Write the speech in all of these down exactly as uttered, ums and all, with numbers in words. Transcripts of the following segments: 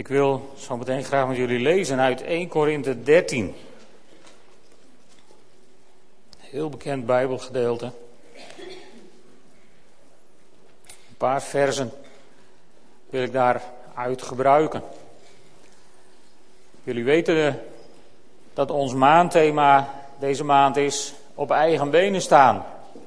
Ik wil zo meteen graag met jullie lezen uit Eerste Korinthe dertien. Heel bekend Bijbelgedeelte. Een paar versen wil ik daaruit gebruiken. Jullie weten dat ons maandthema deze maand is op eigen benen staan.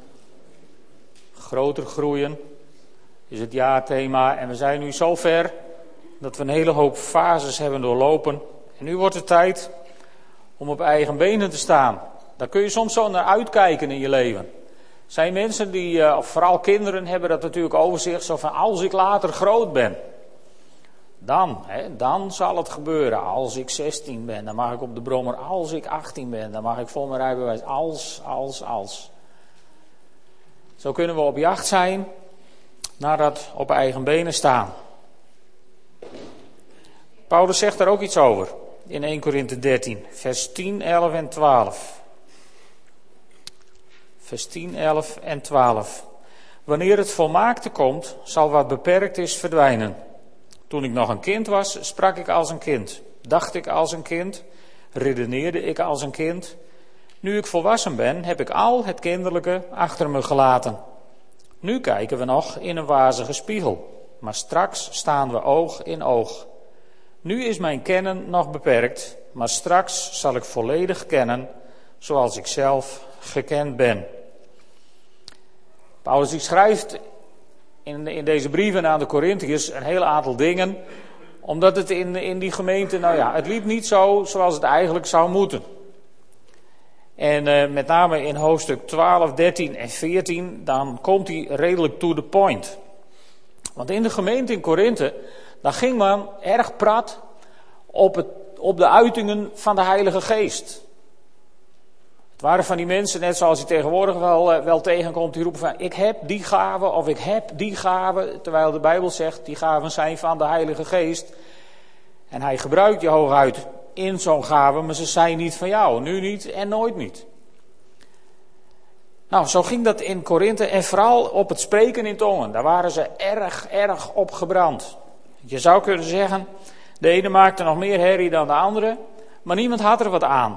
Groter groeien is het jaarthema en we zijn nu zo ver dat we een hele hoop fases hebben doorlopen. En nu wordt het tijd om op eigen benen te staan. Daar kun je soms zo naar uitkijken in je leven. Er zijn mensen die, of vooral kinderen, hebben dat natuurlijk over zich. Zo van, als ik later groot ben, dan, hè, dan zal het gebeuren. Als ik zestien ben, dan mag ik op de brommer. Als ik achttien ben, dan mag ik vol mijn rijbewijs. Als, als, als. Zo kunnen we op jacht zijn naar dat op eigen benen staan. Paulus zegt daar ook iets over in Eerste Korinthe dertien, vers tien, elf en twaalf. Vers tien, elf en twaalf. Wanneer het volmaakte komt, zal wat beperkt is verdwijnen. Toen ik nog een kind was, sprak ik als een kind, dacht ik als een kind, redeneerde ik als een kind. Nu ik volwassen ben, heb ik al het kinderlijke achter me gelaten. Nu kijken we nog in een wazige spiegel, maar straks staan we oog in oog. Nu is mijn kennen nog beperkt, maar straks zal ik volledig kennen, zoals ik zelf gekend ben. Paulus die schrijft in, in deze brieven aan de Korintiërs een heel aantal dingen, omdat het in, in die gemeente, nou ja, het liep niet zo zoals het eigenlijk zou moeten. En uh, met name in hoofdstuk twaalf, dertien en veertien, dan komt hij redelijk to the point. Want in de gemeente in Korinthe, daar ging men erg prat op, het, op de uitingen van de Heilige Geest. Het waren van die mensen, net zoals je tegenwoordig wel, wel tegenkomt, die roepen van, ik heb die gave of ik heb die gave. Terwijl de Bijbel zegt, die gaven zijn van de Heilige Geest. En hij gebruikt je hooguit in zo'n gave, maar ze zijn niet van jou. Nu niet en nooit niet. Nou, zo ging dat in Korinthe en vooral op het spreken in tongen. Daar waren ze erg, erg op gebrand. Je zou kunnen zeggen, de ene maakte nog meer herrie dan de andere, maar niemand had er wat aan.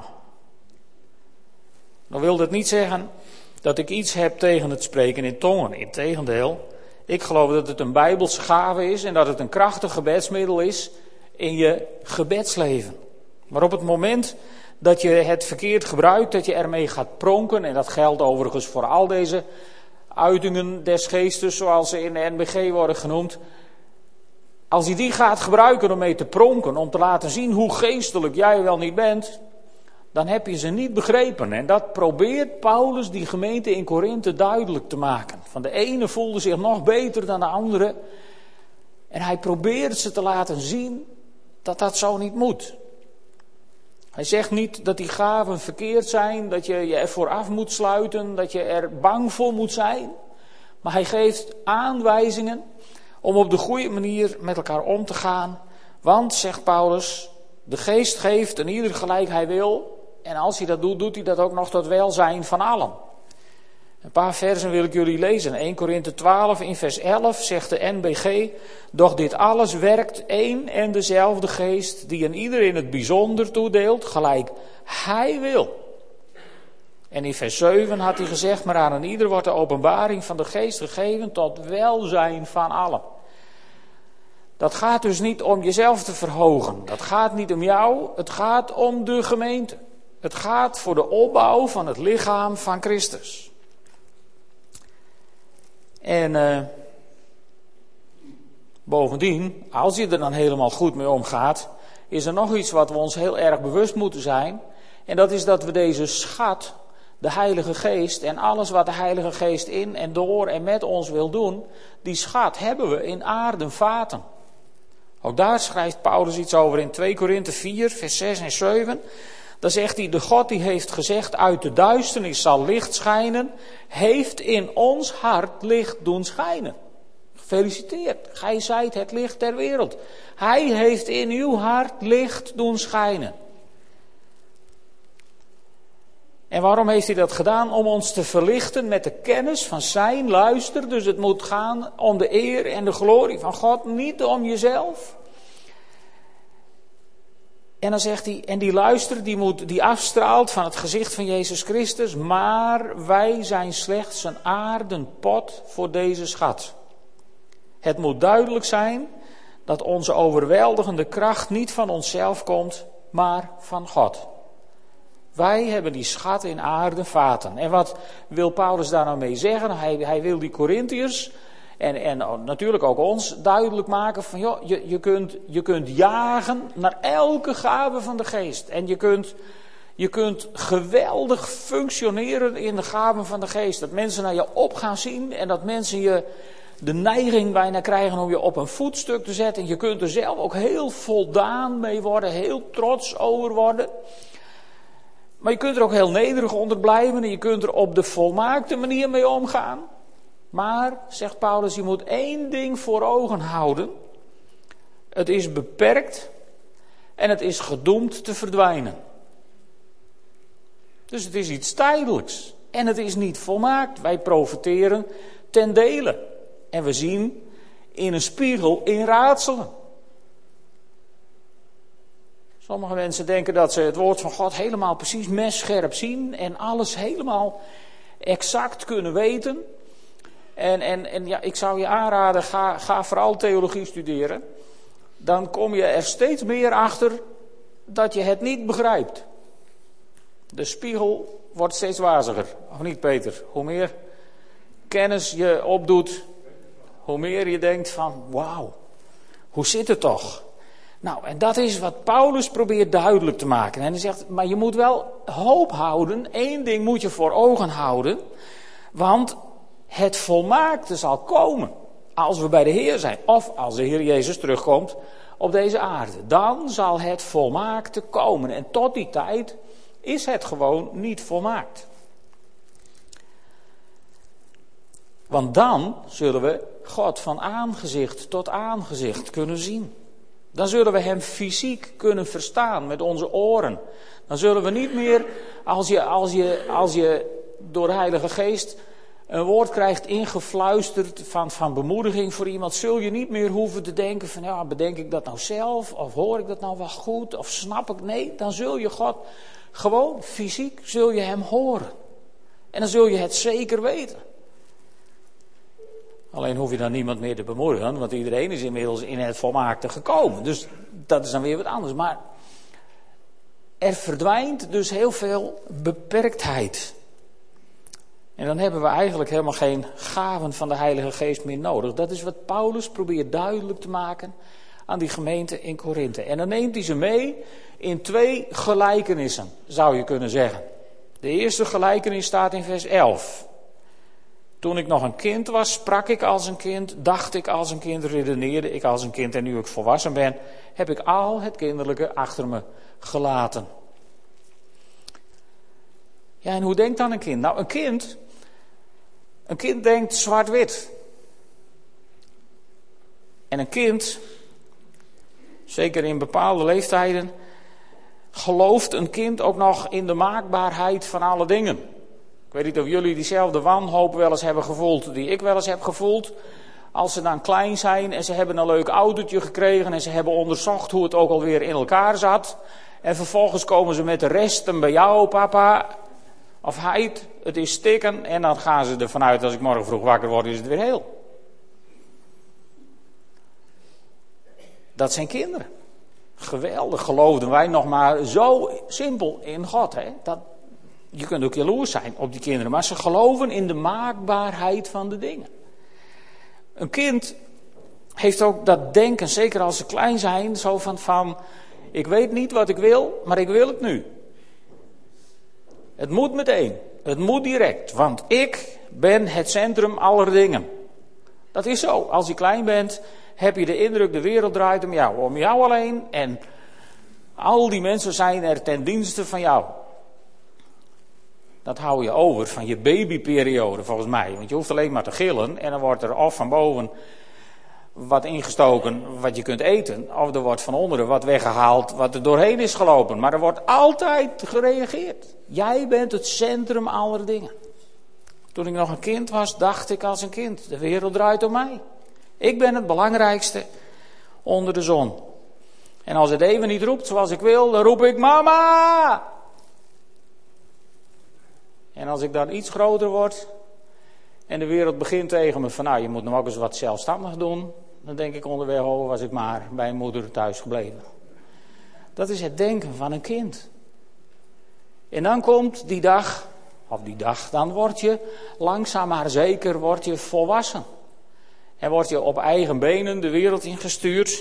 Dan wil dat niet zeggen dat ik iets heb tegen het spreken in tongen. Integendeel, ik geloof dat het een Bijbelse gave is en dat het een krachtig gebedsmiddel is in je gebedsleven. Maar op het moment dat je het verkeerd gebruikt, dat je ermee gaat pronken, en dat geldt overigens voor al deze uitingen des geestes, zoals ze in de N B G worden genoemd. Als je die gaat gebruiken om mee te pronken, om te laten zien hoe geestelijk jij wel niet bent, dan heb je ze niet begrepen. En dat probeert Paulus die gemeente in Korinthe duidelijk te maken. Van de ene voelde zich nog beter dan de andere. En hij probeert ze te laten zien dat dat zo niet moet. Hij zegt niet dat die gaven verkeerd zijn, dat je je ervoor af moet sluiten, dat je er bang voor moet zijn. Maar hij geeft aanwijzingen om op de goede manier met elkaar om te gaan. Want, zegt Paulus, de geest geeft en ieder gelijk hij wil. En als hij dat doet, doet hij dat ook nog tot welzijn van allen. Een paar versen wil ik jullie lezen. Eerste Korinthe twaalf in vers elf zegt de N B G. Doch dit alles werkt één en dezelfde geest, die een ieder in het bijzonder toedeelt, gelijk hij wil. En in vers zeven had hij gezegd, maar aan een ieder wordt de openbaring van de geest gegeven tot welzijn van allen. Dat gaat dus niet om jezelf te verhogen. Dat gaat niet om jou, het gaat om de gemeente. Het gaat voor de opbouw van het lichaam van Christus. En uh, bovendien, als je er dan helemaal goed mee omgaat, is er nog iets wat we ons heel erg bewust moeten zijn. En dat is dat we deze schat, de Heilige Geest en alles wat de Heilige Geest in en door en met ons wil doen, die schat hebben we in aarden vaten. Ook daar schrijft Paulus iets over in Tweede Korinthe vier, vers zes en zeven. Dan zegt hij, de God die heeft gezegd, uit de duisternis zal licht schijnen, heeft in ons hart licht doen schijnen. Gefeliciteerd, gij zijt het licht der wereld. Hij heeft in uw hart licht doen schijnen. En waarom heeft hij dat gedaan? Om ons te verlichten met de kennis van zijn luister. Dus het moet gaan om de eer en de glorie van God, niet om jezelf. En dan zegt hij, en die luister, die, moet, die afstraalt van het gezicht van Jezus Christus, maar wij zijn slechts een aarden pot voor deze schat. Het moet duidelijk zijn dat onze overweldigende kracht niet van onszelf komt, maar van God. Wij hebben die schat in aarden vaten. En wat wil Paulus daar nou mee zeggen? Hij, hij wil die Korintiërs en, en natuurlijk ook ons duidelijk maken van, joh, je, je, kunt, je kunt jagen naar elke gave van de geest. En je kunt, je kunt geweldig functioneren in de gaven van de geest. Dat mensen naar je op gaan zien en dat mensen je de neiging bijna krijgen om je op een voetstuk te zetten. En je kunt er zelf ook heel voldaan mee worden, heel trots over worden. Maar je kunt er ook heel nederig onder blijven en je kunt er op de volmaakte manier mee omgaan. Maar, zegt Paulus, je moet één ding voor ogen houden. Het is beperkt en het is gedoemd te verdwijnen. Dus het is iets tijdelijks en het is niet volmaakt. Wij profiteren ten dele en we zien in een spiegel in raadselen. Sommige mensen denken dat ze het woord van God helemaal precies messcherp zien en alles helemaal exact kunnen weten. En, en, en ja, ik zou je aanraden, ga, ga vooral theologie studeren. Dan kom je er steeds meer achter dat je het niet begrijpt. De spiegel wordt steeds waziger, of niet Peter? Hoe meer kennis je opdoet, hoe meer je denkt van wauw, hoe zit het toch? Nou, en dat is wat Paulus probeert duidelijk te maken. En hij zegt, maar je moet wel hoop houden. Eén ding moet je voor ogen houden. Want het volmaakte zal komen als we bij de Heer zijn. Of als de Heer Jezus terugkomt op deze aarde. Dan zal het volmaakte komen. En tot die tijd is het gewoon niet volmaakt. Want dan zullen we God van aangezicht tot aangezicht kunnen zien. Dan zullen we hem fysiek kunnen verstaan met onze oren. Dan zullen we niet meer, als je, als je, als je door de Heilige Geest een woord krijgt ingefluisterd van, van bemoediging voor iemand, zul je niet meer hoeven te denken van, ja, bedenk ik dat nou zelf? Of hoor ik dat nou wel goed? Of snap ik? Nee, dan zul je God gewoon fysiek, zul je hem horen. En dan zul je het zeker weten. Alleen hoef je dan niemand meer te bemoedigen, want iedereen is inmiddels in het volmaakte gekomen. Dus dat is dan weer wat anders. Maar er verdwijnt dus heel veel beperktheid. En dan hebben we eigenlijk helemaal geen gaven van de Heilige Geest meer nodig. Dat is wat Paulus probeert duidelijk te maken aan die gemeente in Korinthe. En dan neemt hij ze mee in twee gelijkenissen, zou je kunnen zeggen. De eerste gelijkenis staat in vers elf. Toen ik nog een kind was, sprak ik als een kind, dacht ik als een kind, redeneerde ik als een kind. En nu ik volwassen ben, heb ik al het kinderlijke achter me gelaten. Ja, en hoe denkt dan een kind? Nou, een kind, een kind denkt zwart-wit. En een kind, zeker in bepaalde leeftijden, gelooft een kind ook nog in de maakbaarheid van alle dingen. Ik weet niet of jullie diezelfde wanhoop wel eens hebben gevoeld die ik wel eens heb gevoeld. Als ze dan klein zijn en ze hebben een leuk autootje gekregen en ze hebben onderzocht hoe het ook alweer in elkaar zat. En vervolgens komen ze met de resten bij jou, papa. Of heid, het is stikken. En dan gaan ze ervan uit, als ik morgen vroeg wakker word, is het weer heel. Dat zijn kinderen. Geweldig, geloofden wij nog maar zo simpel in God. Hè? Dat, je kunt ook jaloers zijn op die kinderen, maar ze geloven in de maakbaarheid van de dingen. Een kind heeft ook dat denken, zeker als ze klein zijn, zo van, van ik weet niet wat ik wil, maar ik wil het nu. Het moet meteen, het moet direct, want ik ben het centrum aller dingen. Dat is zo, als je klein bent, heb je de indruk, de wereld draait om jou, om jou alleen en al die mensen zijn er ten dienste van jou. Dat hou je over van je babyperiode volgens mij. Want je hoeft alleen maar te gillen en dan wordt er of van boven wat ingestoken wat je kunt eten. Of er wordt van onderen wat weggehaald wat er doorheen is gelopen. Maar er wordt altijd gereageerd. Jij bent het centrum aller dingen. Toen ik nog een kind was, dacht ik als een kind. De wereld draait om mij. Ik ben het belangrijkste onder de zon. En als het even niet roept zoals ik wil, dan roep ik mama. En als ik dan iets groter word en de wereld begint tegen me van nou, je moet nog ook eens wat zelfstandig doen, dan denk ik onderweg, oh, was ik maar bij moeder thuis gebleven. Dat is het denken van een kind. En dan komt die dag, of die dag, dan word je langzaam maar zeker word je volwassen. En word je op eigen benen de wereld ingestuurd.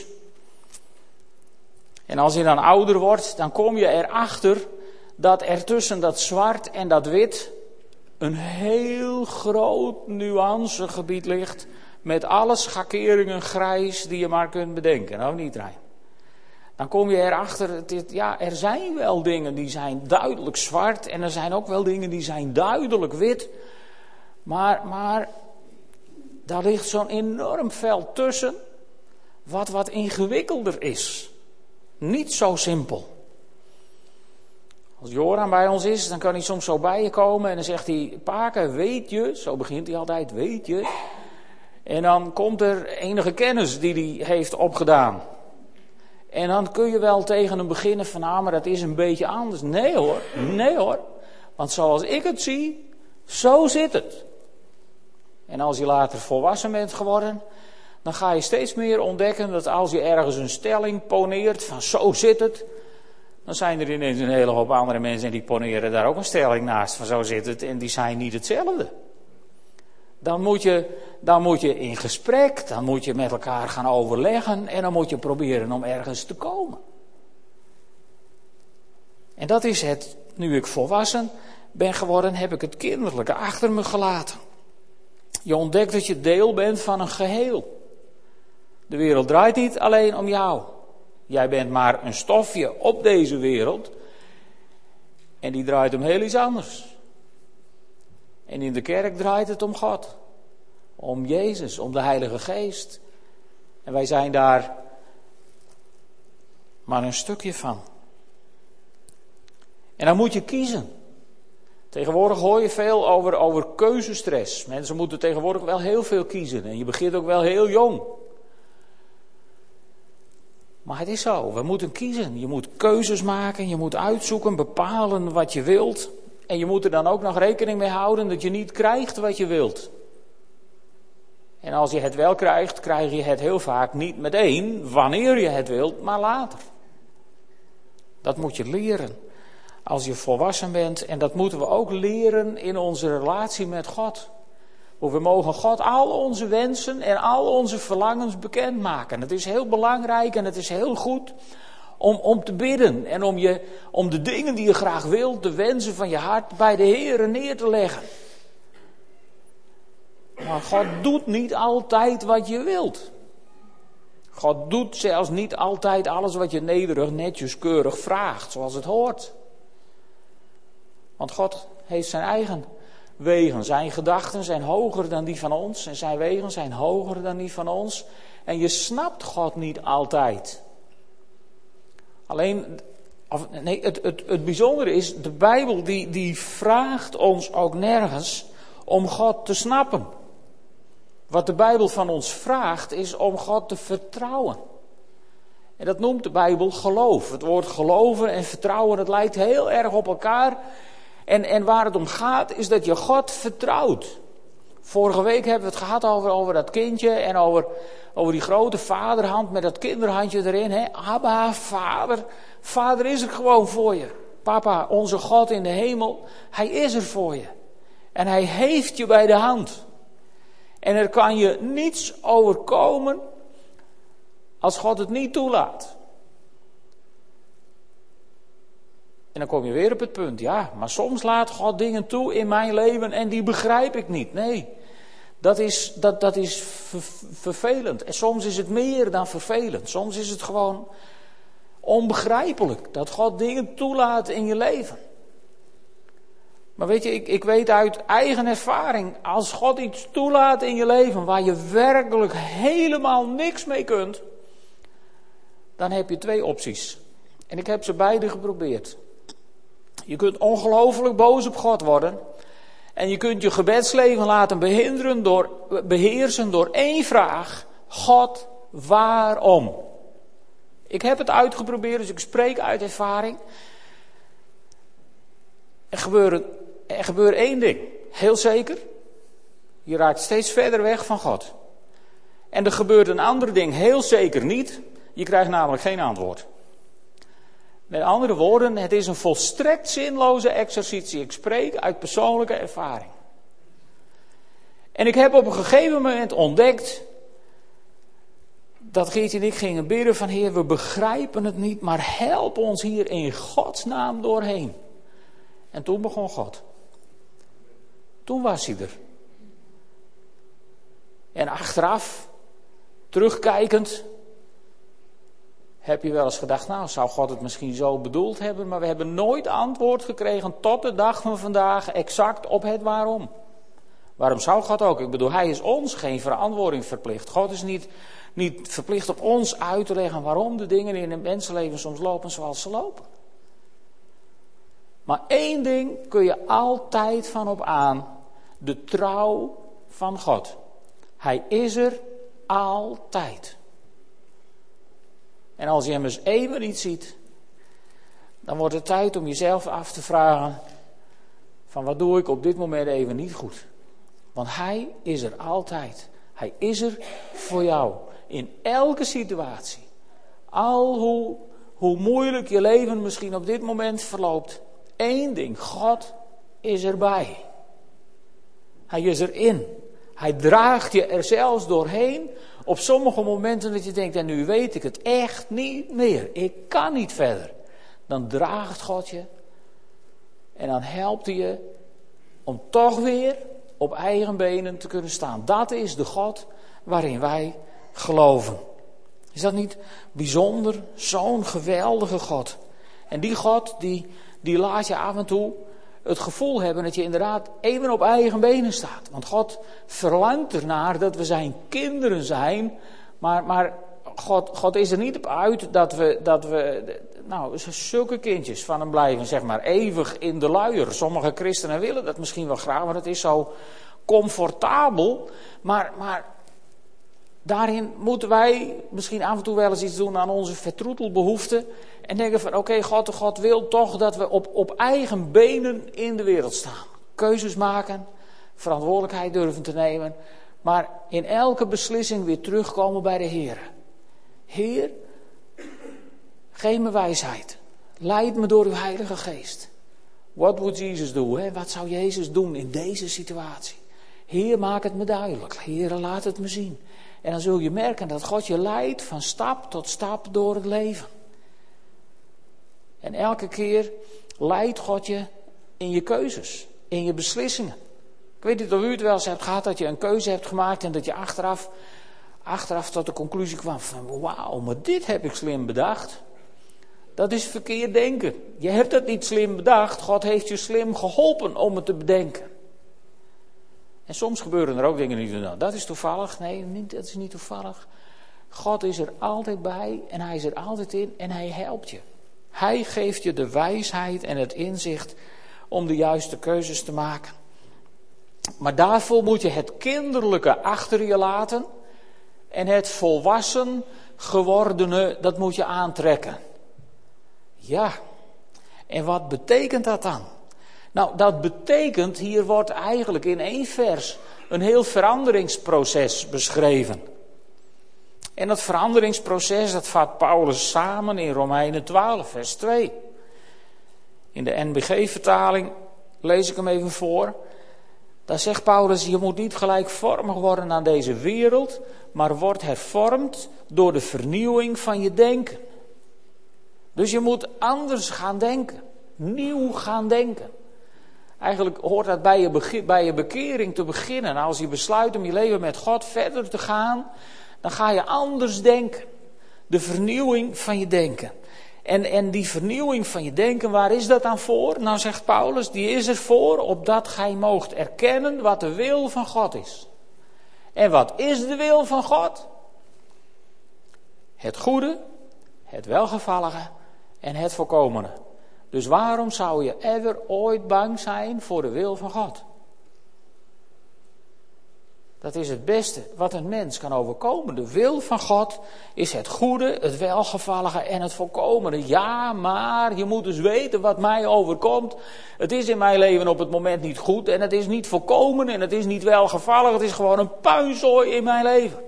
En als je dan ouder wordt, dan kom je erachter dat er tussen dat zwart en dat wit een heel groot nuancegebied ligt. Met alle schakeringen grijs die je maar kunt bedenken. Nou niet, Rijn. Dan kom je erachter, ja, er zijn wel dingen die zijn duidelijk zwart. En er zijn ook wel dingen die zijn duidelijk wit. Maar, maar daar ligt zo'n enorm veld tussen. Wat wat ingewikkelder is. Niet zo simpel. Als Joran bij ons is, dan kan hij soms zo bij je komen en dan zegt hij, Pake, weet je, zo begint hij altijd, weet je. En dan komt er enige kennis die hij heeft opgedaan. En dan kun je wel tegen hem beginnen van, nou, maar dat is een beetje anders. Nee hoor, nee hoor. Want zoals ik het zie, zo zit het. En als je later volwassen bent geworden, dan ga je steeds meer ontdekken dat als je ergens een stelling poneert van zo zit het, dan zijn er ineens een hele hoop andere mensen en die poneren daar ook een stelling naast van zo zit het en die zijn niet hetzelfde. Dan moet je, dan moet je in gesprek, dan moet je met elkaar gaan overleggen en dan moet je proberen om ergens te komen. En dat is het, nu ik volwassen ben geworden, heb ik het kinderlijke achter me gelaten. Je ontdekt dat je deel bent van een geheel. De wereld draait niet alleen om jou. Jij bent maar een stofje op deze wereld. En die draait om heel iets anders. En in de kerk draait het om God. Om Jezus, om de Heilige Geest. En wij zijn daar maar een stukje van. En dan moet je kiezen. Tegenwoordig hoor je veel over, over keuzestress. Mensen moeten tegenwoordig wel heel veel kiezen. En je begint ook wel heel jong. Maar het is zo, we moeten kiezen. Je moet keuzes maken, je moet uitzoeken, bepalen wat je wilt. En je moet er dan ook nog rekening mee houden dat je niet krijgt wat je wilt. En als je het wel krijgt, krijg je het heel vaak niet meteen, wanneer je het wilt, maar later. Dat moet je leren als je volwassen bent. En dat moeten we ook leren in onze relatie met God. We mogen God al onze wensen en al onze verlangens bekendmaken. Het is heel belangrijk en het is heel goed om, om te bidden. En om, je, om de dingen die je graag wilt, de wensen van je hart, bij de Heere neer te leggen. Maar God doet niet altijd wat je wilt. God doet zelfs niet altijd alles wat je nederig, netjes, keurig vraagt, zoals het hoort. Want God heeft zijn eigen wegen. Zijn gedachten zijn hoger dan die van ons. En zijn wegen zijn hoger dan die van ons. En je snapt God niet altijd. Alleen, of, nee, het, het, het bijzondere is, de Bijbel die, die vraagt ons ook nergens om God te snappen. Wat de Bijbel van ons vraagt is om God te vertrouwen. En dat noemt de Bijbel geloof. Het woord geloven en vertrouwen, dat lijkt heel erg op elkaar. En, en waar het om gaat is dat je God vertrouwt. Vorige week hebben we het gehad over, over dat kindje en over, over die grote vaderhand met dat kinderhandje erin. Hè? Abba, vader. Vader is er gewoon voor je. Papa, onze God in de hemel, hij is er voor je. En hij heeft je bij de hand. En er kan je niets overkomen als God het niet toelaat. En dan kom je weer op het punt, ja, maar soms laat God dingen toe in mijn leven en die begrijp ik niet. Nee, dat is, dat, dat is ver, vervelend. En soms is het meer dan vervelend. Soms is het gewoon onbegrijpelijk dat God dingen toelaat in je leven. Maar weet je, ik, ik weet uit eigen ervaring, als God iets toelaat in je leven waar je werkelijk helemaal niks mee kunt, dan heb je twee opties. En ik heb ze beide geprobeerd. Je kunt ongelooflijk boos op God worden. En je kunt je gebedsleven laten behinderen door, beheersen door één vraag. God, waarom? Ik heb het uitgeprobeerd, dus ik spreek uit ervaring. Er gebeurt, er gebeurt één ding, heel zeker. Je raakt steeds verder weg van God. En er gebeurt een ander ding, heel zeker niet. Je krijgt namelijk geen antwoord. Met andere woorden, het is een volstrekt zinloze exercitie. Ik spreek uit persoonlijke ervaring. En ik heb op een gegeven moment ontdekt dat Geertje en ik gingen bidden van Heer, we begrijpen het niet, maar help ons hier in Gods naam doorheen. En toen begon God. Toen was hij er. En achteraf, terugkijkend, heb je wel eens gedacht, nou zou God het misschien zo bedoeld hebben, maar we hebben nooit antwoord gekregen tot de dag van vandaag exact op het waarom. Waarom zou God ook? Ik bedoel, hij is ons geen verantwoording verplicht. God is niet, niet verplicht op ons uit te leggen waarom de dingen in een mensenleven soms lopen zoals ze lopen. Maar één ding kun je altijd van op aan. De trouw van God. Hij is er altijd. En als je hem eens even niet ziet, dan wordt het tijd om jezelf af te vragen van wat doe ik op dit moment even niet goed. Want hij is er altijd. Hij is er voor jou. In elke situatie. Al hoe, hoe moeilijk je leven misschien op dit moment verloopt. Eén ding, God is erbij. Hij is erin. Hij draagt je er zelfs doorheen. Op sommige momenten dat je denkt, en nu weet ik het echt niet meer. Ik kan niet verder. Dan draagt God je. En dan helpt hij je om toch weer op eigen benen te kunnen staan. Dat is de God waarin wij geloven. Is dat niet bijzonder? Zo'n geweldige God. En die God die, die laat je af en toe het gevoel hebben dat je inderdaad even op eigen benen staat. Want God verlangt ernaar dat we zijn kinderen zijn. Maar, maar God, God is er niet op uit dat we, dat we nou, zulke kindjes van hem blijven, zeg maar, eeuwig in de luier. Sommige christenen willen dat misschien wel graag, want het is zo comfortabel. Maar, maar daarin moeten wij misschien af en toe wel eens iets doen aan onze vertroetelbehoeften. En denken van, oké, okay, God, God wil toch dat we op, op eigen benen in de wereld staan. Keuzes maken, verantwoordelijkheid durven te nemen. Maar in elke beslissing weer terugkomen bij de Heer. Heer, geef me wijsheid. Leid me door uw Heilige Geest. What would Jesus do? Hè? Wat zou Jezus doen in deze situatie? Heer, maak het me duidelijk. Heer, laat het me zien. En dan zul je merken dat God je leidt van stap tot stap door het leven. En elke keer leidt God je in je keuzes, in je beslissingen. Ik weet niet of u het wel eens hebt gehad dat je een keuze hebt gemaakt en dat je achteraf, achteraf tot de conclusie kwam van wauw, maar dit heb ik slim bedacht. Dat is verkeerd denken. Je hebt het niet slim bedacht, God heeft je slim geholpen om het te bedenken. En soms gebeuren er ook dingen die nou, dat is toevallig. Nee, niet, dat is niet toevallig. God is er altijd bij en hij is er altijd in en hij helpt je. Hij geeft je de wijsheid en het inzicht om de juiste keuzes te maken. Maar daarvoor moet je het kinderlijke achter je laten en het volwassen gewordene, dat moet je aantrekken. Ja, en wat betekent dat dan? Nou, dat betekent, hier wordt eigenlijk in één vers een heel veranderingsproces beschreven. En dat veranderingsproces, dat vat Paulus samen in Romeinen twaalf, vers twee. In de N B G-vertaling lees ik hem even voor. Daar zegt Paulus, je moet niet gelijkvormig worden aan deze wereld, maar wordt hervormd door de vernieuwing van je denken. Dus je moet anders gaan denken, nieuw gaan denken. Eigenlijk hoort dat bij je, beg- bij je bekering te beginnen. Nou, als je besluit om je leven met God verder te gaan, dan ga je anders denken. De vernieuwing van je denken. En, en die vernieuwing van je denken, waar is dat dan voor? Nou, zegt Paulus, die is er voor opdat gij moogt erkennen wat de wil van God is. En wat is de wil van God? Het goede, het welgevallige en het volkomene. Dus waarom zou je ever ooit bang zijn voor de wil van God? Dat is het beste wat een mens kan overkomen. De wil van God is het goede, het welgevallige en het volkomene. Ja, maar je moet dus weten wat mij overkomt. Het is in mijn leven op het moment niet goed en het is niet volkomen en het is niet welgevallig. Het is gewoon een puinzooi in mijn leven.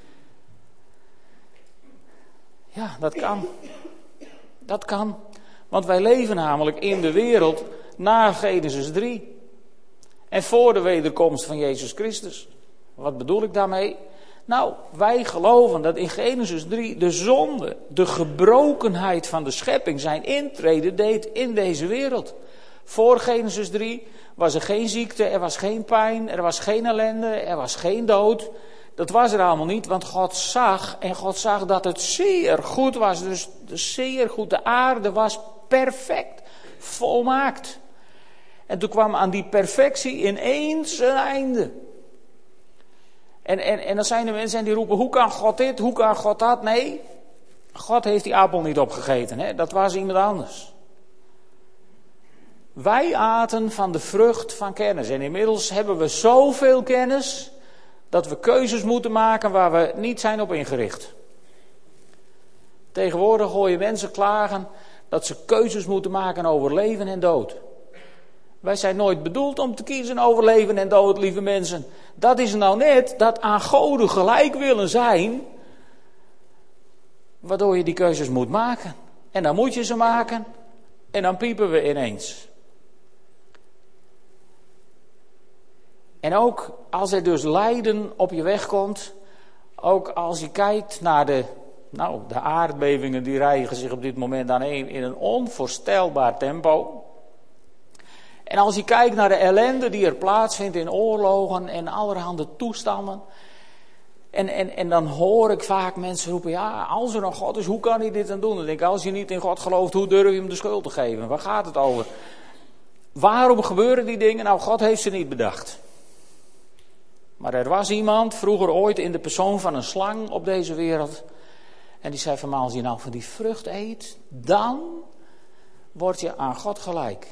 Ja, dat kan. Dat kan. Want wij leven namelijk in de wereld na Genesis drie. En voor de wederkomst van Jezus Christus. Wat bedoel ik daarmee? Nou, wij geloven dat in Genesis drie de zonde, de gebrokenheid van de schepping zijn intrede deed in deze wereld. Voor Genesis drie was er geen ziekte, er was geen pijn, er was geen ellende, er was geen dood. Dat was er allemaal niet, want God zag en God zag dat het zeer goed was. Dus zeer goed, de aarde was perfect, volmaakt. En toen kwam aan die perfectie ineens een einde. En, en, en dan zijn er mensen die roepen, hoe kan God dit, hoe kan God dat? Nee, God heeft die appel niet opgegeten, hè? Dat was iemand anders. Wij aten van de vrucht van kennis. En inmiddels hebben we zoveel kennis dat we keuzes moeten maken waar we niet zijn op ingericht. Tegenwoordig hoor je mensen klagen dat ze keuzes moeten maken over leven en dood. Wij zijn nooit bedoeld om te kiezen over leven en dood, lieve mensen. Dat is nou net dat aan Goden gelijk willen zijn, waardoor je die keuzes moet maken. En dan moet je ze maken en dan piepen we ineens. En ook als er dus lijden op je weg komt, ook als je kijkt naar de, nou, de aardbevingen die rijgen zich op dit moment aan een in een onvoorstelbaar tempo. En als je kijkt naar de ellende die er plaatsvindt in oorlogen en allerhande toestanden. En, en, en dan hoor ik vaak mensen roepen, ja, als er een God is, hoe kan hij dit dan doen? Dan denk ik, als je niet in God gelooft, hoe durf je hem de schuld te geven? Waar gaat het over? Waarom gebeuren die dingen? Nou, God heeft ze niet bedacht. Maar er was iemand, vroeger ooit in de persoon van een slang op deze wereld. En die zei van, maar als je nou van die vrucht eet, dan word je aan God gelijk.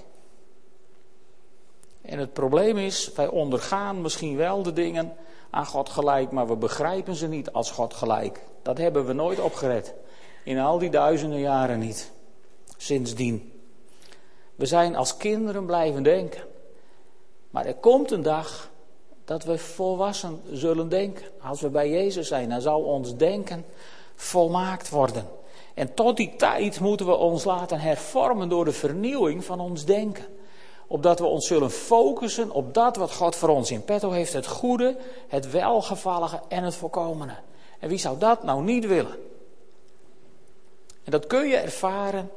En het probleem is, wij ondergaan misschien wel de dingen aan God gelijk, maar we begrijpen ze niet als God gelijk. Dat hebben we nooit opgered. In al die duizenden jaren niet. Sindsdien. We zijn als kinderen blijven denken. Maar er komt een dag dat we volwassen zullen denken. Als we bij Jezus zijn, dan zal ons denken volmaakt worden. En tot die tijd moeten we ons laten hervormen door de vernieuwing van ons denken. Opdat we ons zullen focussen op dat wat God voor ons in petto heeft. Het goede, het welgevallige en het volkomene. En wie zou dat nou niet willen? En dat kun je ervaren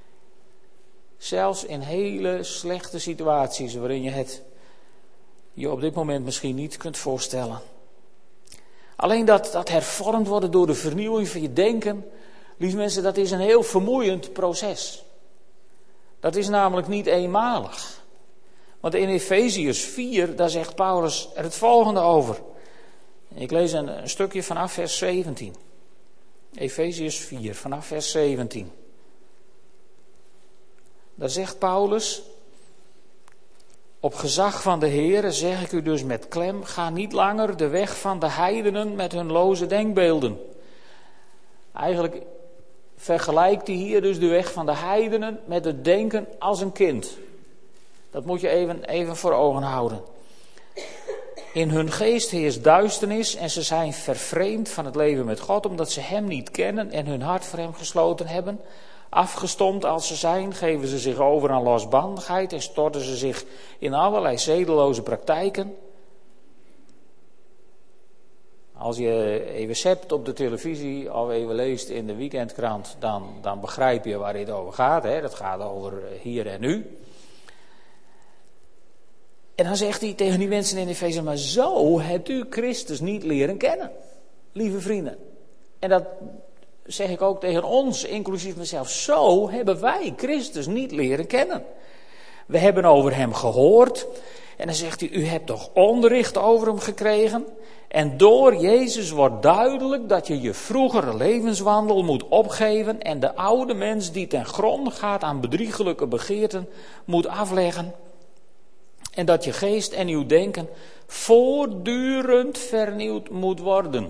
zelfs in hele slechte situaties waarin je het je op dit moment misschien niet kunt voorstellen. Alleen dat, dat hervormd worden door de vernieuwing van je denken, lieve mensen, dat is een heel vermoeiend proces. Dat is namelijk niet eenmalig. Want in Efeziërs vier, daar zegt Paulus er het volgende over. Ik lees een, een stukje vanaf vers zeventien. Efeziërs vier, vanaf vers zeventien. Daar zegt Paulus: op gezag van de Heere zeg ik u dus met klem, ga niet langer de weg van de heidenen met hun loze denkbeelden. Eigenlijk vergelijkt hij hier dus de weg van de heidenen met het denken als een kind. Dat moet je even, even voor ogen houden. In hun geest heerst duisternis en ze zijn vervreemd van het leven met God, omdat ze hem niet kennen en hun hart voor hem gesloten hebben. Afgestompt als ze zijn, geven ze zich over aan losbandigheid en storten ze zich in allerlei zedeloze praktijken. Als je even zept op de televisie of even leest in de weekendkrant, dan, dan begrijp je waar dit over gaat. Hè? Dat gaat over hier en nu. En dan zegt hij tegen die mensen in Efeze, maar zo hebt u Christus niet leren kennen, lieve vrienden. En dat zeg ik ook tegen ons, inclusief mezelf. Zo hebben wij Christus niet leren kennen. We hebben over hem gehoord. En dan zegt hij, u hebt toch onderricht over hem gekregen. En door Jezus wordt duidelijk dat je je vroegere levenswandel moet opgeven. En de oude mens die ten gronde gaat aan bedriegelijke begeerten moet afleggen. En dat je geest en uw denken voortdurend vernieuwd moet worden.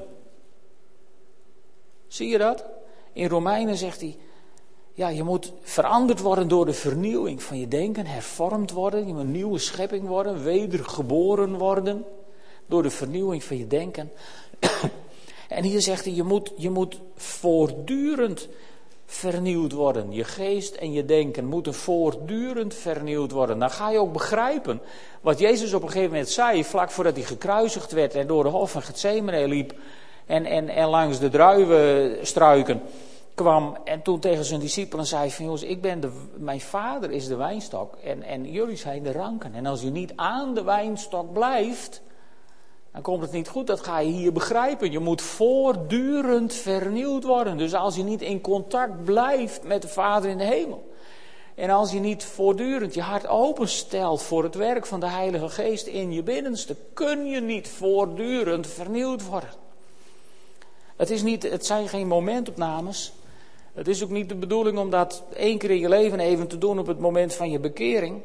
Zie je dat? In Romeinen zegt hij, ja, je moet veranderd worden door de vernieuwing van je denken, hervormd worden, je moet een nieuwe schepping worden, wedergeboren worden door de vernieuwing van je denken. En hier zegt hij, je moet, je moet voortdurend vernieuwd worden. Je geest en je denken moeten voortdurend vernieuwd worden. Dan ga je ook begrijpen wat Jezus op een gegeven moment zei, vlak voordat hij gekruisigd werd en door de hof van Getsemane liep en, en, en langs de druivenstruiken kwam en toen tegen zijn discipelen zei van, jongens, ik ben de, mijn vader is de wijnstok en, en jullie zijn de ranken. En als u niet aan de wijnstok blijft, dan komt het niet goed. Dat ga je hier begrijpen. Je moet voortdurend vernieuwd worden. Dus als je niet in contact blijft met de Vader in de hemel. En als je niet voortdurend je hart openstelt voor het werk van de Heilige Geest in je binnenste, kun je niet voortdurend vernieuwd worden. Het, is niet, het zijn geen momentopnames. Het is ook niet de bedoeling om dat één keer in je leven even te doen op het moment van je bekering.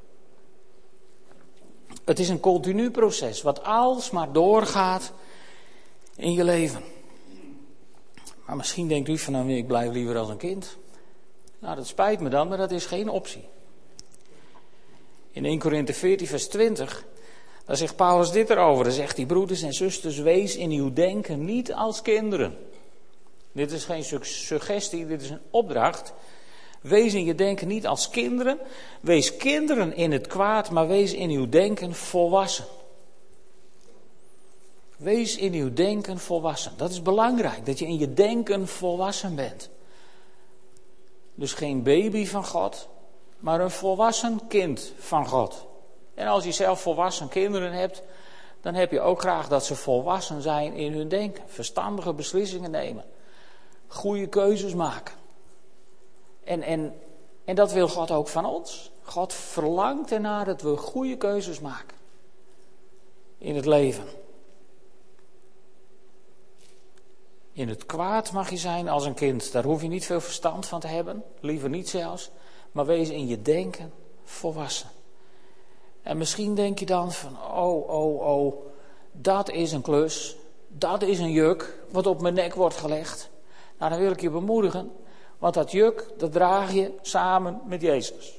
Het is een continu proces, wat alsmaar doorgaat in je leven. Maar misschien denkt u van, nou, ik blijf liever als een kind. Nou, dat spijt me dan, maar dat is geen optie. In eerste Korinthe veertien vers twintig, daar zegt Paulus dit erover. Dan zegt hij, broeders en zusters, wees in uw denken niet als kinderen. Dit is geen suggestie, dit is een opdracht. Wees in je denken niet als kinderen. Wees kinderen in het kwaad, maar wees in uw denken volwassen. Wees in uw denken volwassen. Dat is belangrijk, dat je in je denken volwassen bent. Dus geen baby van God, maar een volwassen kind van God. En als je zelf volwassen kinderen hebt, dan heb je ook graag dat ze volwassen zijn in hun denken. Verstandige beslissingen nemen. Goede keuzes maken. En, en, en dat wil God ook van ons. God verlangt ernaar dat we goede keuzes maken. In het leven. In het kwaad mag je zijn als een kind. Daar hoef je niet veel verstand van te hebben. Liever niet zelfs. Maar wees in je denken volwassen. En misschien denk je dan van, oh, oh, oh, dat is een klus. Dat is een juk wat op mijn nek wordt gelegd. Nou, dan wil ik je bemoedigen. Want dat juk, dat draag je samen met Jezus.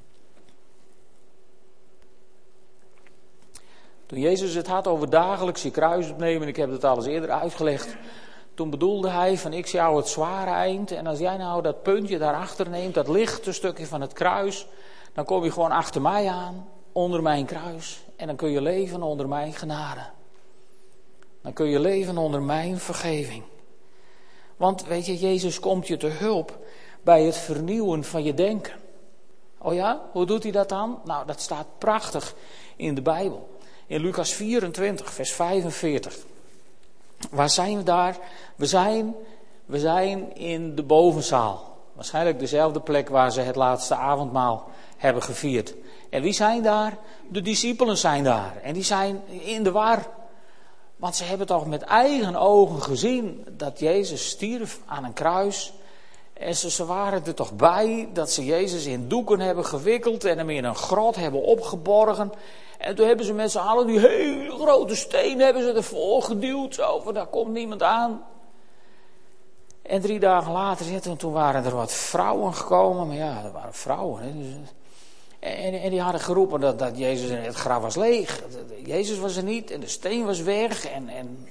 Toen Jezus het had over dagelijks je kruis opnemen, ik heb het al eens eerder uitgelegd. Toen bedoelde hij van, ik zie jou het zware eind. En als jij nou dat puntje daarachter neemt, dat lichte stukje van het kruis, dan kom je gewoon achter mij aan, onder mijn kruis. En dan kun je leven onder mijn genade. Dan kun je leven onder mijn vergeving. Want weet je, Jezus komt je te hulp bij het vernieuwen van je denken. Oh ja, hoe doet hij dat dan? Nou, dat staat prachtig in de Bijbel. In Lucas vierentwintig, vers vijfenveertig. Waar zijn we daar? We zijn, we zijn in de bovenzaal. Waarschijnlijk dezelfde plek waar ze het laatste avondmaal hebben gevierd. En wie zijn daar? De discipelen zijn daar. En die zijn in de war. Want ze hebben toch met eigen ogen gezien dat Jezus stierf aan een kruis. En ze, ze waren er toch bij dat ze Jezus in doeken hebben gewikkeld en hem in een grot hebben opgeborgen. En toen hebben ze met z'n allen die hele grote steen hebben ze ervoor geduwd. Zo, van daar komt niemand aan. En drie dagen later, toen waren er wat vrouwen gekomen. Maar ja, dat waren vrouwen. Hè, dus, en, en die hadden geroepen dat, dat Jezus in het graf was leeg. Jezus was er niet en de steen was weg. En, en...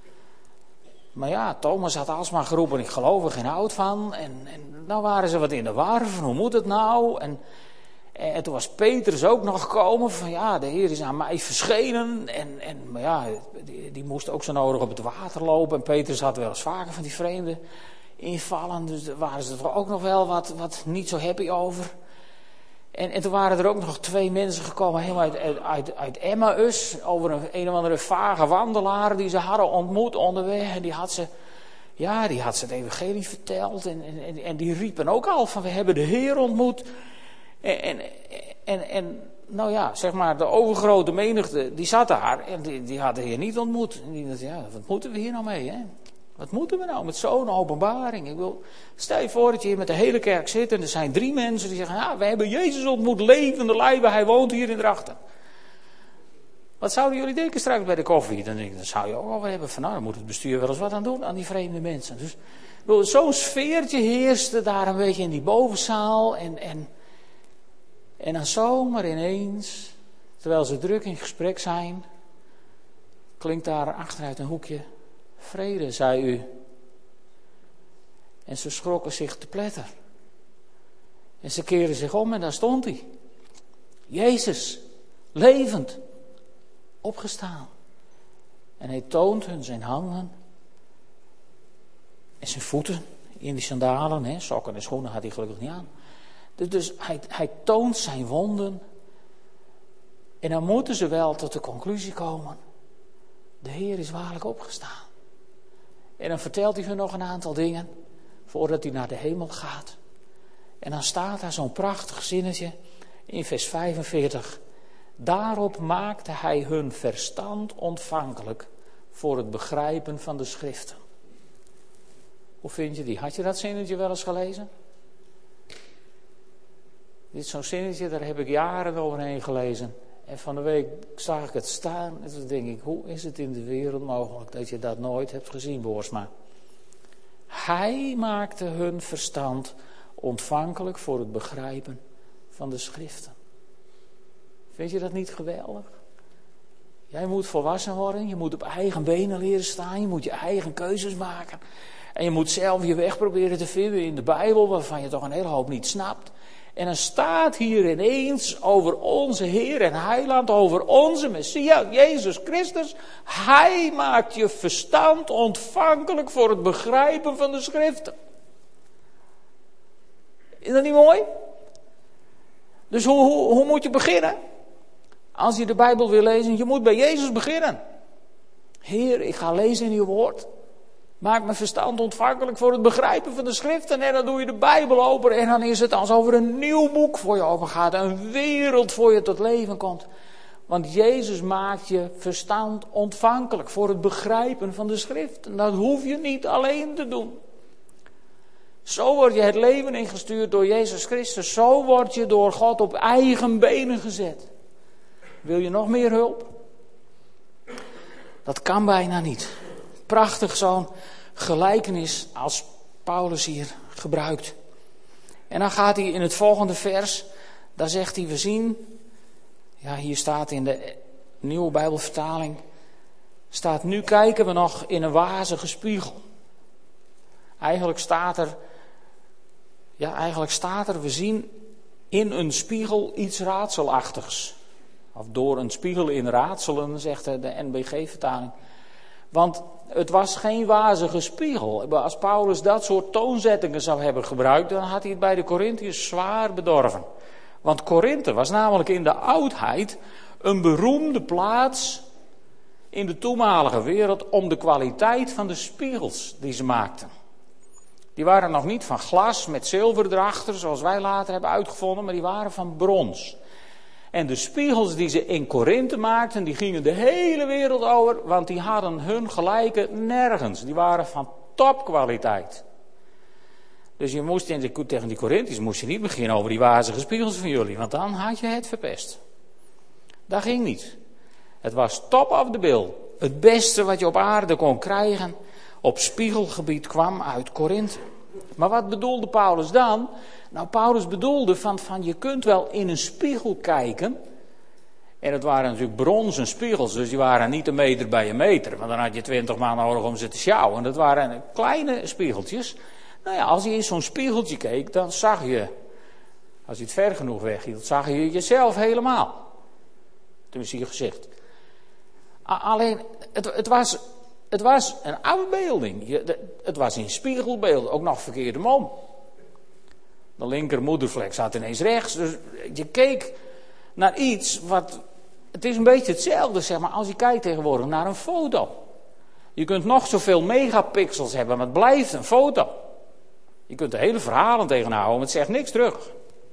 Maar ja, Thomas had alsmaar geroepen, ik geloof er geen hout van. En, en nou waren ze wat in de war van, hoe moet het nou? En, en, en toen was Petrus ook nog gekomen van, ja, de Heer is aan mij verschenen. En, en, maar ja, die, die moest ook zo nodig op het water lopen. En Petrus had wel eens vaker van die vreemden invallen. Dus daar waren ze er ook nog wel wat, wat niet zo happy over. En, en toen waren er ook nog twee mensen gekomen, helemaal uit, uit, uit, uit Emmaus, over een, een of andere vage wandelaar die ze hadden ontmoet onderweg. En die had ze, ja, die had ze het evangelie verteld. En, en, en die riepen ook al van, we hebben de Heer ontmoet. En, en, en, en nou ja, zeg maar, de overgrote menigte, die zat daar en die, die had de Heer niet ontmoet. En die dacht, ja, wat moeten we hier nou mee, hè? Wat moeten we nou met zo'n openbaring? Ik wil, stel je voor dat je hier met de hele kerk zit en er zijn drie mensen die zeggen, ja, we hebben Jezus ontmoet, levende lijven, hij woont hier in Drachten. Wat zouden jullie denken straks bij de koffie? Dan denk ik, dan zou je ook over hebben van, nou, dan moet het bestuur wel eens wat aan doen aan die vreemde mensen. Dus zo'n sfeertje heerste daar een beetje in die bovenzaal. En, en, en dan zomaar ineens, terwijl ze druk in gesprek zijn, klinkt daar achteruit een hoekje, vrede, zei u. En ze schrokken zich te pletter. En ze keerden zich om en daar stond hij. Jezus, levend, opgestaan. En hij toont hun zijn handen en zijn voeten in die sandalen. Hè, sokken en schoenen had hij gelukkig niet aan. Dus, dus hij, hij toont zijn wonden. En dan moeten ze wel tot de conclusie komen. De Heer is waarlijk opgestaan. En dan vertelt hij hun nog een aantal dingen voordat hij naar de hemel gaat. En dan staat daar zo'n prachtig zinnetje in vers vijfenveertig. Daarop maakte hij hun verstand ontvankelijk voor het begrijpen van de schriften. Hoe vind je die? Had je dat zinnetje wel eens gelezen? Dit is zo'n zinnetje, daar heb ik jaren overheen gelezen. En van de week zag ik het staan en toen denk ik, hoe is het in de wereld mogelijk dat je dat nooit hebt gezien, Boersma? Hij maakte hun verstand ontvankelijk voor het begrijpen van de schriften. Vind je dat niet geweldig? Jij moet volwassen worden, je moet op eigen benen leren staan, je moet je eigen keuzes maken. En je moet zelf je weg proberen te vinden in de Bijbel, waarvan je toch een hele hoop niet snapt. En dan staat hier ineens over onze Heer en Heiland, over onze Messias, Jezus Christus. Hij maakt je verstand ontvankelijk voor het begrijpen van de schriften. Is dat niet mooi? Dus hoe, hoe, hoe moet je beginnen? Als je de Bijbel wil lezen, je moet bij Jezus beginnen. Heer, ik ga lezen in uw woord. Maak mijn verstand ontvankelijk voor het begrijpen van de schriften. En dan doe je de Bijbel open en dan is het alsof er een nieuw boek voor je open gaat. Een wereld voor je tot leven komt. Want Jezus maakt je verstand ontvankelijk voor het begrijpen van de schriften. Dat hoef je niet alleen te doen. Zo word je het leven ingestuurd door Jezus Christus. Zo word je door God op eigen benen gezet. Wil je nog meer hulp? Dat kan bijna niet. Prachtig zo'n gelijkenis als Paulus hier gebruikt. En dan gaat hij in het volgende vers, daar zegt hij, we zien, ja hier staat in de nieuwe Bijbelvertaling, staat nu kijken we nog in een wazige spiegel. Eigenlijk staat er, ja eigenlijk staat er, we zien in een spiegel iets raadselachtigs. Of door een spiegel in raadselen, zegt de N B G-vertaling. Want het was geen wazige spiegel. Als Paulus dat soort toonzettingen zou hebben gebruikt, dan had hij het bij de Korintiërs zwaar bedorven. Want Korinthe was namelijk in de oudheid een beroemde plaats in de toenmalige wereld om de kwaliteit van de spiegels die ze maakten. Die waren nog niet van glas met zilver erachter, zoals wij later hebben uitgevonden, maar die waren van brons. En de spiegels die ze in Korinthe maakten, die gingen de hele wereld over, want die hadden hun gelijke nergens. Die waren van topkwaliteit. Dus je moest in de, tegen die Korinthiërs moest je niet beginnen over die wazige spiegels van jullie, want dan had je het verpest. Dat ging niet. Het was top of the bill. Het beste wat je op aarde kon krijgen op spiegelgebied kwam uit Korinthe. Maar wat bedoelde Paulus dan? Nou, Paulus bedoelde van, van je kunt wel in een spiegel kijken. En het waren natuurlijk bronzen spiegels, dus die waren niet een meter bij een meter. Want dan had je twintig man nodig om ze te sjouwen. Dat waren kleine spiegeltjes. Nou ja, als je in zo'n spiegeltje keek, dan zag je, als je het ver genoeg weghield, zag je jezelf helemaal. Tenminste je gezicht. Alleen, het, het, was, het was een afbeelding. Je, het was in spiegelbeeld, ook nog verkeerde mom. De linker moedervlek zat ineens rechts. Dus je keek naar iets wat... Het is een beetje hetzelfde, zeg maar, als je kijkt tegenwoordig naar een foto. Je kunt nog zoveel megapixels hebben, maar het blijft een foto. Je kunt er hele verhalen tegenhouden, maar het zegt niks terug.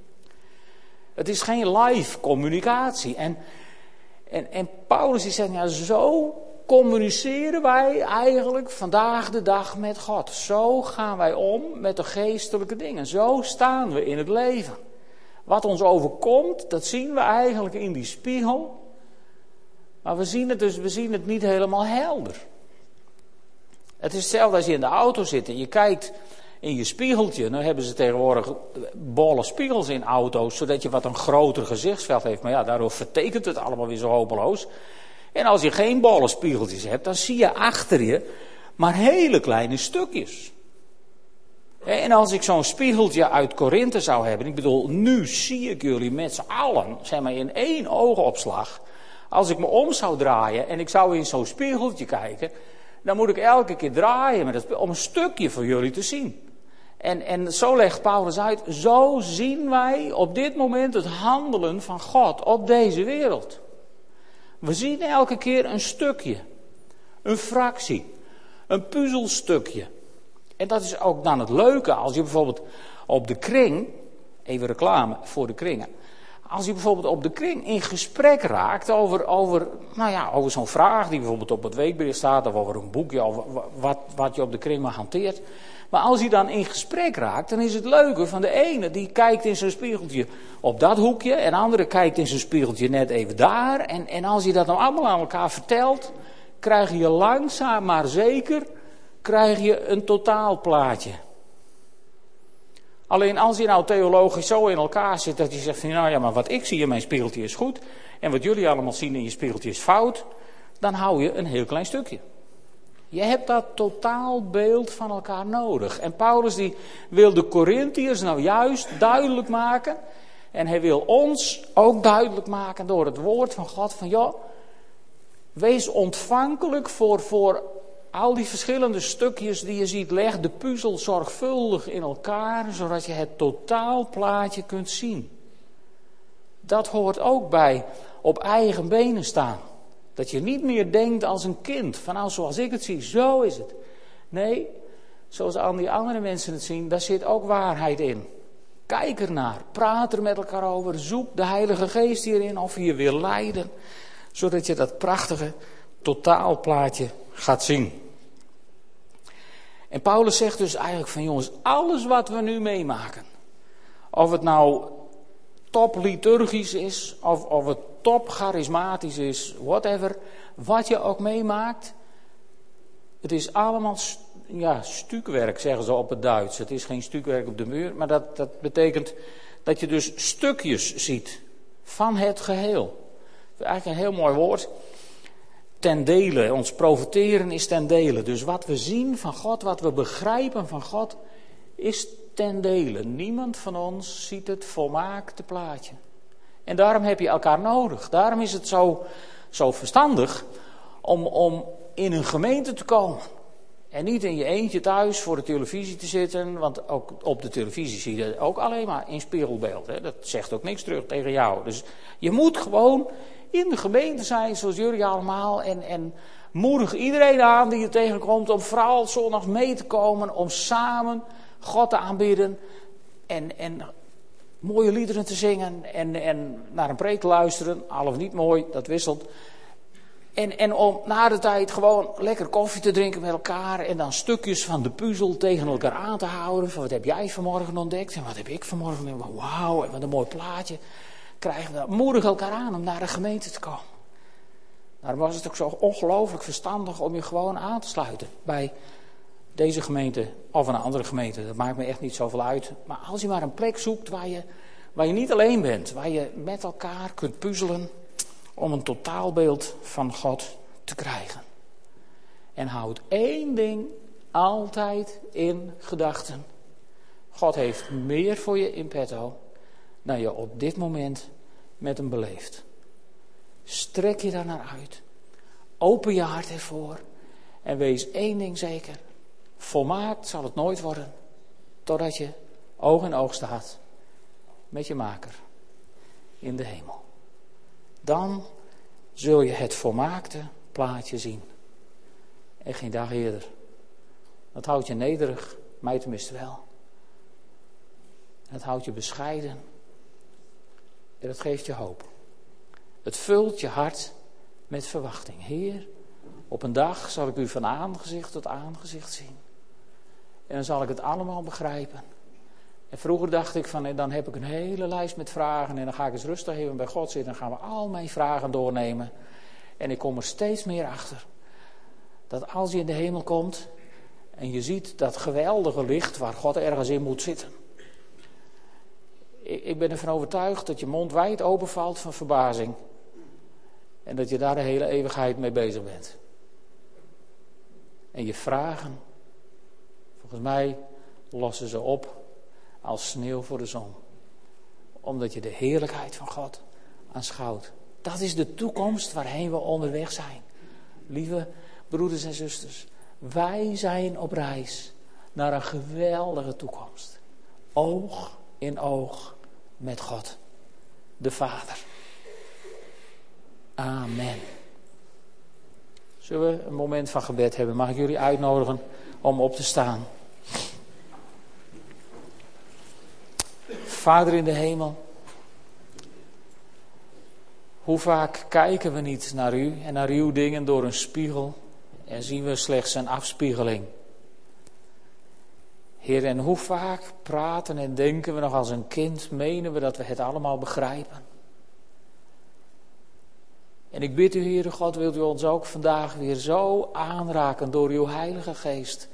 Het is geen live communicatie. En, en, en Paulus die zegt, ja, zo communiceren wij eigenlijk vandaag de dag met God. Zo gaan wij om met de geestelijke dingen. Zo staan we in het leven. Wat ons overkomt, dat zien we eigenlijk in die spiegel. Maar we zien het dus, we zien het niet helemaal helder. Het is hetzelfde als je in de auto zit en je kijkt in je spiegeltje. Dan hebben ze tegenwoordig bolle spiegels in auto's, zodat je wat een groter gezichtsveld heeft. Maar ja, daardoor vertekent het allemaal weer zo hopeloos. En als je geen bolle spiegeltjes hebt, dan zie je achter je maar hele kleine stukjes. En als ik zo'n spiegeltje uit Korinthe zou hebben, ik bedoel, nu zie ik jullie met z'n allen, zeg maar in één oogopslag. Als ik me om zou draaien en ik zou in zo'n spiegeltje kijken, dan moet ik elke keer draaien met het, om een stukje van jullie te zien. En, en zo legt Paulus uit, zo zien wij op dit moment het handelen van God op deze wereld. We zien elke keer een stukje, een fractie, een puzzelstukje. En dat is ook dan het leuke als je bijvoorbeeld op de kring, even reclame voor de kringen. Als je bijvoorbeeld op de kring in gesprek raakt over, over, nou ja, over zo'n vraag die bijvoorbeeld op het weekbericht staat, of over een boekje, of wat, wat je op de kring maar hanteert. Maar als je dan in gesprek raakt, dan is het leuke van de ene, die kijkt in zijn spiegeltje op dat hoekje, en de andere kijkt in zijn spiegeltje net even daar. En, en als je dat nou allemaal aan elkaar vertelt, krijg je langzaam maar zeker, krijg je een totaalplaatje. Alleen als je nou theologisch zo in elkaar zit dat je zegt, nou ja, maar wat ik zie in mijn spiegeltje is goed, en wat jullie allemaal zien in je spiegeltje is fout, dan hou je een heel klein stukje. Je hebt dat totaalbeeld van elkaar nodig. En Paulus die wil de Korintiërs nou juist duidelijk maken, en hij wil ons ook duidelijk maken door het woord van God, van joh, wees ontvankelijk voor, voor al die verschillende stukjes die je ziet. Leg de puzzel zorgvuldig in elkaar, zodat je het totaalplaatje kunt zien. Dat hoort ook bij op eigen benen staan. Dat je niet meer denkt als een kind, van nou zoals ik het zie, zo is het. Nee, zoals al die andere mensen het zien, daar zit ook waarheid in. Kijk ernaar, praat er met elkaar over, zoek de Heilige Geest hierin of je wil leiden, zodat je dat prachtige totaalplaatje gaat zien. En Paulus zegt dus eigenlijk van jongens, alles wat we nu meemaken, of het nou top liturgisch is, of, of het top charismatisch is, whatever, wat je ook meemaakt, het is allemaal ja, stukwerk, zeggen ze op het Duits. Het is geen stukwerk op de muur, maar dat, dat betekent dat je dus stukjes ziet van het geheel. Eigenlijk een heel mooi woord. Ten dele, ons profiteren is ten dele. Dus wat we zien van God, wat we begrijpen van God, is ten dele. Niemand van ons ziet het volmaakte plaatje. En daarom heb je elkaar nodig. Daarom is het zo, zo verstandig om, om in een gemeente te komen. En niet in je eentje thuis voor de televisie te zitten. Want ook op de televisie zie je ook alleen maar in spiegelbeeld. Hè. Dat zegt ook niks terug tegen jou. Dus je moet gewoon in de gemeente zijn, zoals jullie allemaal. En, en moedig iedereen aan die je tegenkomt om vooral zondags mee te komen. Om samen God te aanbidden. En, en mooie liederen te zingen. En, en naar een preek te luisteren. Al of niet mooi, dat wisselt. En, en om na de tijd gewoon lekker koffie te drinken met elkaar. En dan stukjes van de puzzel tegen elkaar aan te houden. Van wat heb jij vanmorgen ontdekt? En wat heb ik vanmorgen ontdekt? Wauw, en wat een mooi plaatje. Krijgen we moedig elkaar aan om naar de gemeente te komen. Daarom was het ook zo ongelooflijk verstandig om je gewoon aan te sluiten. Bij deze gemeente of een andere gemeente. Dat maakt me echt niet zoveel uit. Maar als je maar een plek zoekt waar je, waar je niet alleen bent. Waar je met elkaar kunt puzzelen. Om een totaalbeeld van God te krijgen. En houd één ding altijd in gedachten. God heeft meer voor je in petto dan je op dit moment met hem beleeft. Strek je daar naar uit. Open je hart ervoor. En wees één ding zeker. Volmaakt zal het nooit worden. Totdat je oog in oog staat met je maker in de hemel. Dan zul je het volmaakte plaatje zien. En geen dag eerder. Dat houdt je nederig, mij tenminste wel. Het houdt je bescheiden. En het geeft je hoop. Het vult je hart met verwachting. Heer, op een dag zal ik u van aangezicht tot aangezicht zien. En dan zal ik het allemaal begrijpen. En vroeger dacht ik van, dan heb ik een hele lijst met vragen. En dan ga ik eens rustig even bij God zitten. En dan gaan we al mijn vragen doornemen. En ik kom er steeds meer achter. Dat als je in de hemel komt en je ziet dat geweldige licht waar God ergens in moet zitten. Ik ben ervan overtuigd dat je mond wijd openvalt van verbazing. En dat je daar de hele eeuwigheid mee bezig bent. En je vragen, volgens mij lossen ze op als sneeuw voor de zon. Omdat je de heerlijkheid van God aanschouwt. Dat is de toekomst waarheen we onderweg zijn. Lieve broeders en zusters, wij zijn op reis naar een geweldige toekomst. Oog in oog met God, de Vader. Amen. Zullen we een moment van gebed hebben? Mag ik jullie uitnodigen om op te staan? Vader in de hemel, hoe vaak kijken we niet naar u en naar uw dingen door een spiegel en zien we slechts een afspiegeling. Heer, en hoe vaak praten en denken we nog als een kind, menen we dat we het allemaal begrijpen. En ik bid u, Heere God, wilt u ons ook vandaag weer zo aanraken door uw Heilige Geest.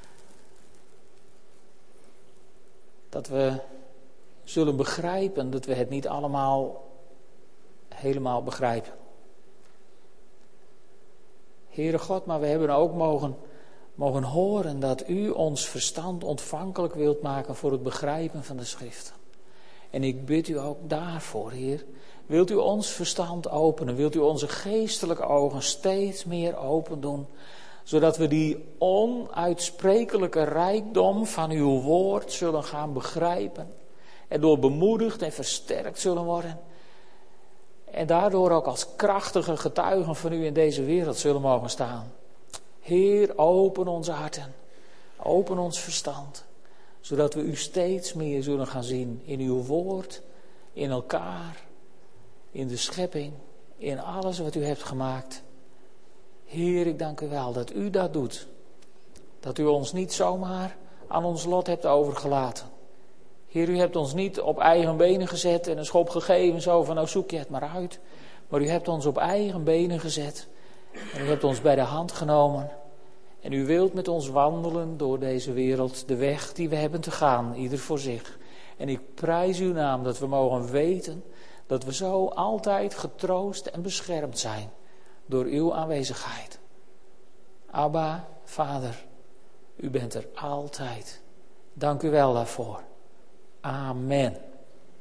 Dat we zullen begrijpen dat we het niet allemaal helemaal begrijpen. Heere God, maar we hebben ook mogen, mogen horen dat u ons verstand ontvankelijk wilt maken voor het begrijpen van de schriften. En ik bid u ook daarvoor, Heer. Wilt u ons verstand openen? Wilt u onze geestelijke ogen steeds meer open doen? Zodat we die onuitsprekelijke rijkdom van uw woord zullen gaan begrijpen. En door bemoedigd en versterkt zullen worden. En daardoor ook als krachtige getuigen van u in deze wereld zullen mogen staan. Heer, open onze harten. Open ons verstand. Zodat we u steeds meer zullen gaan zien in uw woord, in elkaar, in de schepping, in alles wat u hebt gemaakt. Heer, ik dank u wel dat u dat doet. Dat u ons niet zomaar aan ons lot hebt overgelaten. Heer, u hebt ons niet op eigen benen gezet en een schop gegeven, zo van nou zoek je het maar uit. Maar u hebt ons op eigen benen gezet. En u hebt ons bij de hand genomen. En u wilt met ons wandelen door deze wereld, de weg die we hebben te gaan, ieder voor zich. En ik prijs uw naam dat we mogen weten dat we zo altijd getroost en beschermd zijn door uw aanwezigheid. Abba, Vader, u bent er altijd. Dank u wel daarvoor. Amen.